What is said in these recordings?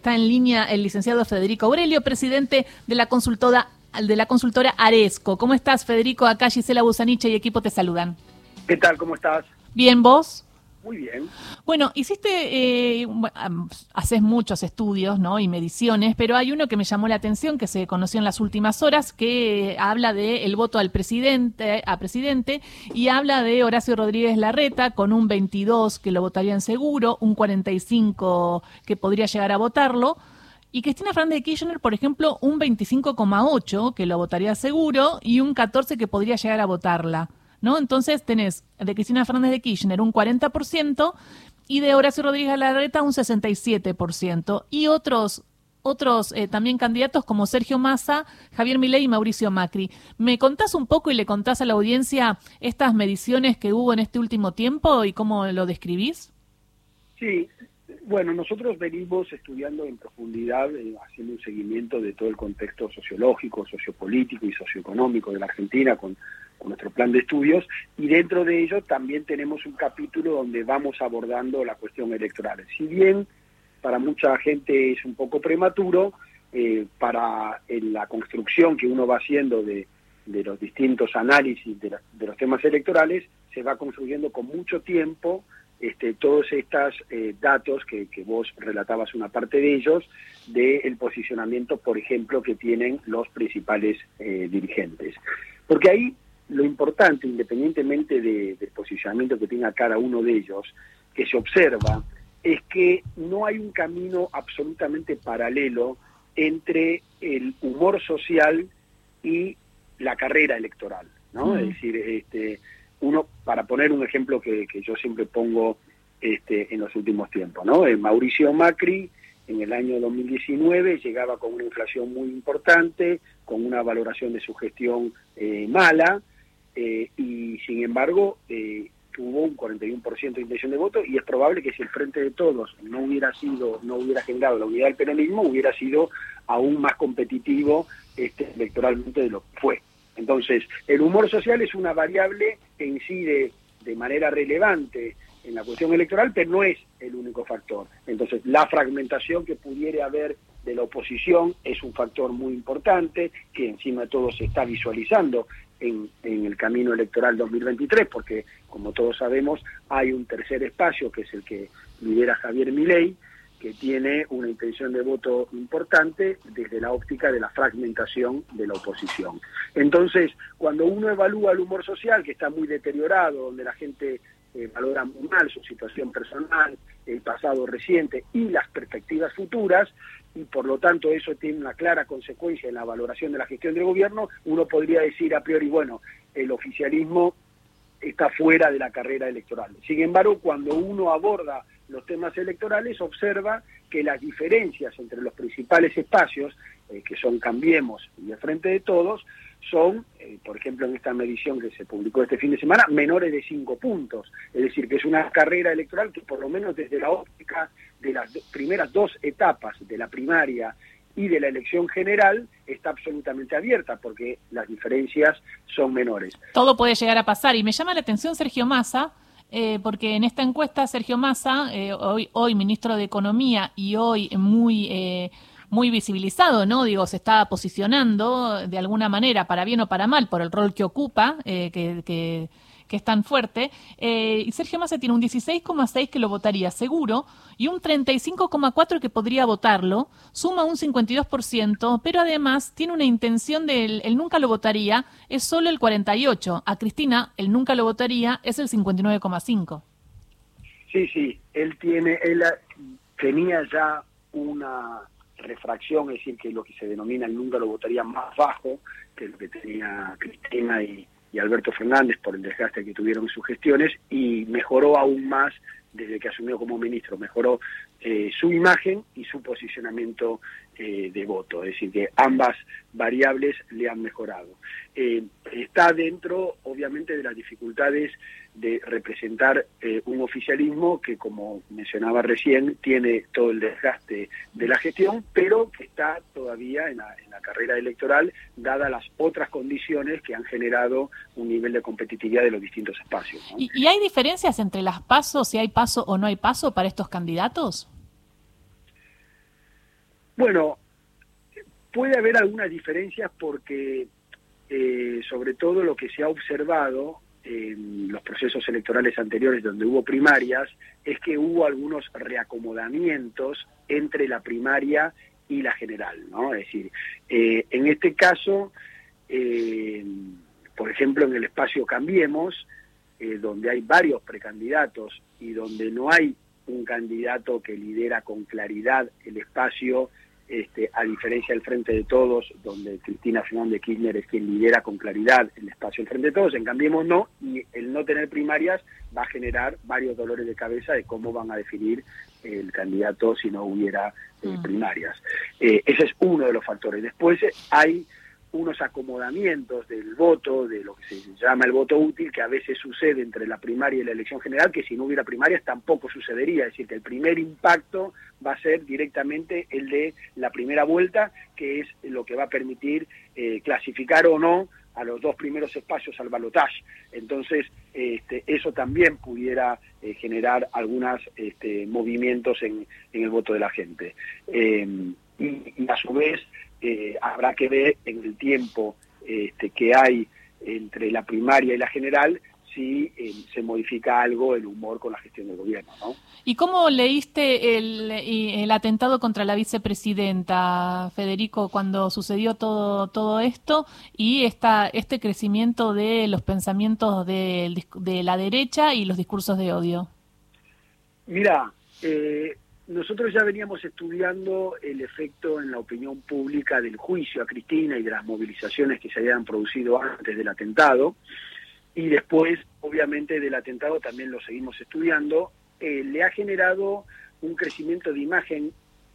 está en línea el licenciado Federico Aurelio, presidente de la consultora Aresco. ¿Cómo estás, Federico? Acá Gisela Busaniche y equipo te saludan. ¿Qué tal? ¿Cómo estás? Bien, ¿vos? Muy bien. Bueno, haces muchos estudios, ¿no? Y mediciones, pero hay uno que me llamó la atención, que se conoció en las últimas horas, que habla de el voto a presidente, y habla de Horacio Rodríguez Larreta con un 22 que lo votarían seguro, un 45 que podría llegar a votarlo, y Cristina Fernández de Kirchner, por ejemplo, un 25,8 que lo votaría seguro y un 14 que podría llegar a votarla, ¿no? Entonces tenés de Cristina Fernández de Kirchner un 40% y de Horacio Rodríguez Larreta un 67%. Y otros también candidatos como Sergio Massa, Javier Milei y Mauricio Macri. ¿Me contás un poco y le contás a la audiencia estas mediciones que hubo en este último tiempo y cómo lo describís? Sí, bueno, nosotros venimos estudiando en profundidad, haciendo un seguimiento de todo el contexto sociológico, sociopolítico y socioeconómico de la Argentina con nuestro plan de estudios, y dentro de ello también tenemos un capítulo donde vamos abordando la cuestión electoral. Si bien para mucha gente es un poco prematuro, para la construcción que uno va haciendo de los distintos análisis de los temas electorales, se va construyendo con mucho tiempo todos estos datos que vos relatabas una parte de ellos, del posicionamiento, por ejemplo, que tienen los principales dirigentes. Porque ahí lo importante, independientemente del posicionamiento que tenga cada uno de ellos, que se observa, es que no hay un camino absolutamente paralelo entre el humor social y la carrera electoral, ¿no? Es decir, uno, para poner un ejemplo que yo siempre pongo en los últimos tiempos, ¿no? Mauricio Macri en el año 2019 llegaba con una inflación muy importante, con una valoración de su gestión mala, y sin embargo tuvo un 41% de intención de voto, y es probable que si el Frente de Todos no hubiera generado la unidad del peronismo, hubiera sido aún más competitivo electoralmente de lo que fue. Entonces, el humor social es una variable que incide de manera relevante en la cuestión electoral, pero no es el único factor. Entonces, la fragmentación que pudiera haber de la oposición es un factor muy importante, que encima de todo se está visualizando en el camino electoral 2023, porque, como todos sabemos, hay un tercer espacio, que es el que lidera Javier Milei, que tiene una intención de voto importante desde la óptica de la fragmentación de la oposición. Entonces, cuando uno evalúa el humor social, que está muy deteriorado, donde la gente valora muy mal su situación personal, el pasado reciente y las perspectivas futuras, y por lo tanto eso tiene una clara consecuencia en la valoración de la gestión del gobierno, uno podría decir a priori, bueno, el oficialismo está fuera de la carrera electoral. Sin embargo, cuando uno aborda los temas electorales, observa que las diferencias entre los principales espacios, que son Cambiemos y el Frente de Todos, son, por ejemplo, en esta medición que se publicó este fin de semana, menores de 5 puntos. Es decir, que es una carrera electoral que, por lo menos desde la óptica de las primeras dos etapas de la primaria y de la elección general, está absolutamente abierta, porque las diferencias son menores. Todo puede llegar a pasar, y me llama la atención Sergio Massa, porque en esta encuesta Sergio Massa, hoy ministro de Economía y hoy muy visibilizado, ¿no? Digo, se está posicionando de alguna manera, para bien o para mal, por el rol que ocupa, que es tan fuerte, y Sergio Massa tiene un 16,6 que lo votaría seguro y un 35,4 que podría votarlo, suma un 52%, pero además tiene una intención de él nunca lo votaría, es solo el 48%. A Cristina, él nunca lo votaría, es el 59,5%. Sí, él tenía ya una refracción, es decir, que lo que se denomina el nunca lo votaría más bajo que lo que tenía Cristina y Alberto Fernández por el desgaste que tuvieron en sus gestiones, y mejoró aún más desde que asumió como ministro, mejoró su imagen y su posicionamiento de voto, es decir, que ambas variables le han mejorado. Está dentro, obviamente, de las dificultades de representar un oficialismo que, como mencionaba recién, tiene todo el desgaste de la gestión, pero que está todavía en la carrera electoral, dadas las otras condiciones que han generado un nivel de competitividad de los distintos espacios, ¿no? ¿Y hay diferencias entre las PASO, si hay PASO o no hay PASO para estos candidatos? Bueno, puede haber algunas diferencias porque, sobre todo lo que se ha observado en los procesos electorales anteriores donde hubo primarias, es que hubo algunos reacomodamientos entre la primaria y la general, ¿no? Es decir, en este caso, por ejemplo, en el espacio Cambiemos, donde hay varios precandidatos y donde no hay un candidato que lidera con claridad el espacio, a diferencia del Frente de Todos, donde Cristina Fernández de Kirchner es quien lidera con claridad el espacio del Frente de Todos, en Cambiemos no, y el no tener primarias va a generar varios dolores de cabeza de cómo van a definir el candidato si no hubiera primarias. Ese es uno de los factores. Después hay unos acomodamientos del voto, de lo que se llama el voto útil, que a veces sucede entre la primaria y la elección general, que si no hubiera primarias tampoco sucedería. Es decir, que el primer impacto va a ser directamente el de la primera vuelta, que es lo que va a permitir clasificar o no a los dos primeros espacios al balotaje. Entonces, eso también pudiera generar algunos movimientos en el voto de la gente. Y a su vez, habrá que ver en el tiempo que hay entre la primaria y la general si se modifica algo el humor con la gestión del gobierno, ¿no? ¿Y cómo leíste el atentado contra la vicepresidenta, Federico, cuando sucedió todo esto y este crecimiento de los pensamientos de la derecha y los discursos de odio? Mira, nosotros ya veníamos estudiando el efecto en la opinión pública del juicio a Cristina y de las movilizaciones que se habían producido antes del atentado, y después, obviamente, del atentado también lo seguimos estudiando. Le ha generado un crecimiento de imagen,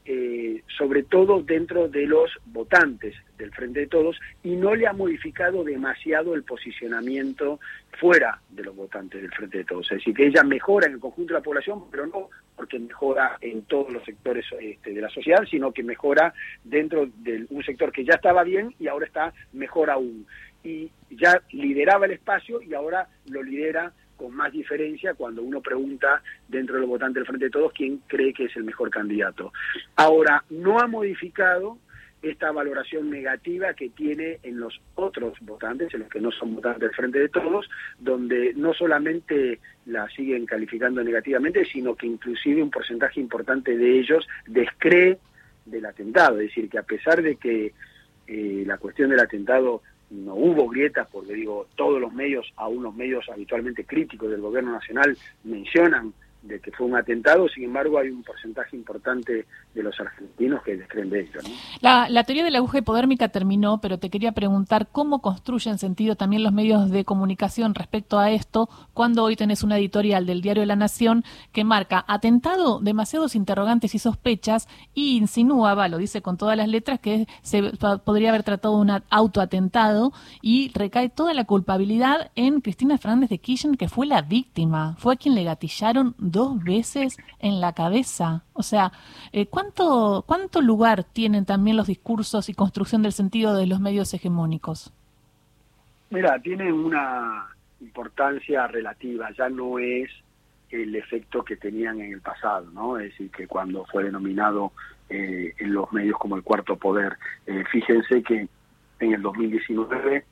sobre todo dentro de los votantes del Frente de Todos, y no le ha modificado demasiado el posicionamiento fuera de los votantes del Frente de Todos. Es decir, que ella mejora en el conjunto de la población, pero no porque mejora en todos los sectores de la sociedad, sino que mejora dentro de un sector que ya estaba bien y ahora está mejor aún. Y ya lideraba el espacio y ahora lo lidera con más diferencia cuando uno pregunta dentro de los votantes del Frente de Todos quién cree que es el mejor candidato. Ahora, no ha modificado esta valoración negativa que tiene en los otros votantes, en los que no son votantes del Frente de Todos, donde no solamente la siguen calificando negativamente, sino que inclusive un porcentaje importante de ellos descree del atentado. Es decir, que a pesar de que la cuestión del atentado no hubo grietas, porque digo, todos los medios, aún los medios habitualmente críticos del gobierno nacional, mencionan de que fue un atentado, sin embargo hay un porcentaje importante de los argentinos que descreen de ello, ¿no? La teoría de la aguja hipodérmica terminó, pero te quería preguntar cómo construyen sentido también los medios de comunicación respecto a esto, cuando hoy tenés una editorial del diario La Nación que marca atentado, demasiados interrogantes y sospechas, y insinúa, lo dice con todas las letras, que se podría haber tratado de un autoatentado, y recae toda la culpabilidad en Cristina Fernández de Kirchner, que fue la víctima, fue a quien le gatillaron 2 veces en la cabeza. O sea, ¿cuánto lugar tienen también los discursos y construcción del sentido de los medios hegemónicos? Mira, tienen una importancia relativa, ya no es el efecto que tenían en el pasado, ¿no? Es decir, que cuando fue denominado en los medios como el cuarto poder, fíjense que en el 2019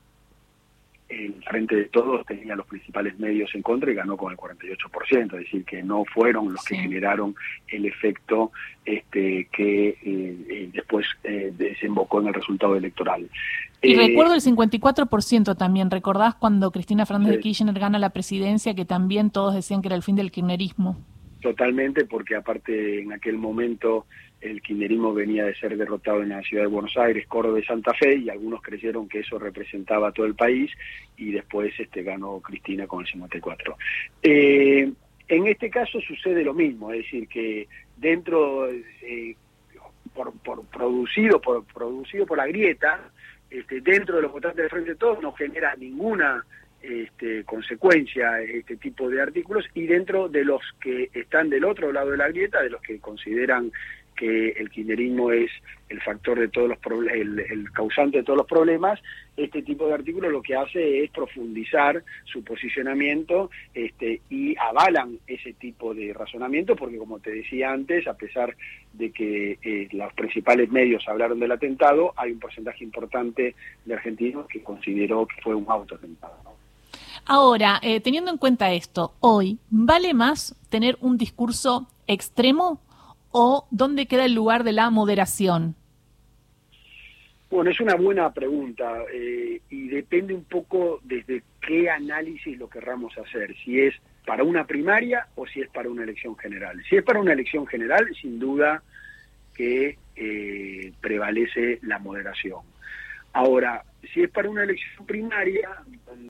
el Frente de Todos tenía los principales medios en contra y ganó con el 48%, es decir, que no fueron los que generaron el efecto que después desembocó en el resultado electoral. Y recuerdo el 54% también, ¿recordás cuando Cristina Fernández de Kirchner gana la presidencia, que también todos decían que era el fin del kirchnerismo? Totalmente, porque aparte en aquel momento el kirchnerismo venía de ser derrotado en la ciudad de Buenos Aires, Córdoba y Santa Fe, y algunos creyeron que eso representaba a todo el país, y después ganó Cristina con el 54%. En este caso sucede lo mismo, es decir, que dentro, producido por la grieta, dentro de los votantes del Frente de Todos no genera ninguna consecuencia este tipo de artículos, y dentro de los que están del otro lado de la grieta, de los que consideran que el kirchnerismo es el factor de todos los problemas, el causante de todos los problemas, este tipo de artículos lo que hace es profundizar su posicionamiento y avalan ese tipo de razonamiento, porque como te decía antes, a pesar de que los principales medios hablaron del atentado, hay un porcentaje importante de argentinos que consideró que fue un autoatentado, ¿no? Ahora, teniendo en cuenta esto, hoy, ¿vale más tener un discurso extremo o dónde queda el lugar de la moderación? Bueno, es una buena pregunta y depende un poco desde qué análisis lo querramos hacer, si es para una primaria o si es para una elección general. Si es para una elección general, sin duda que prevalece la moderación. Ahora, si es para una elección primaria,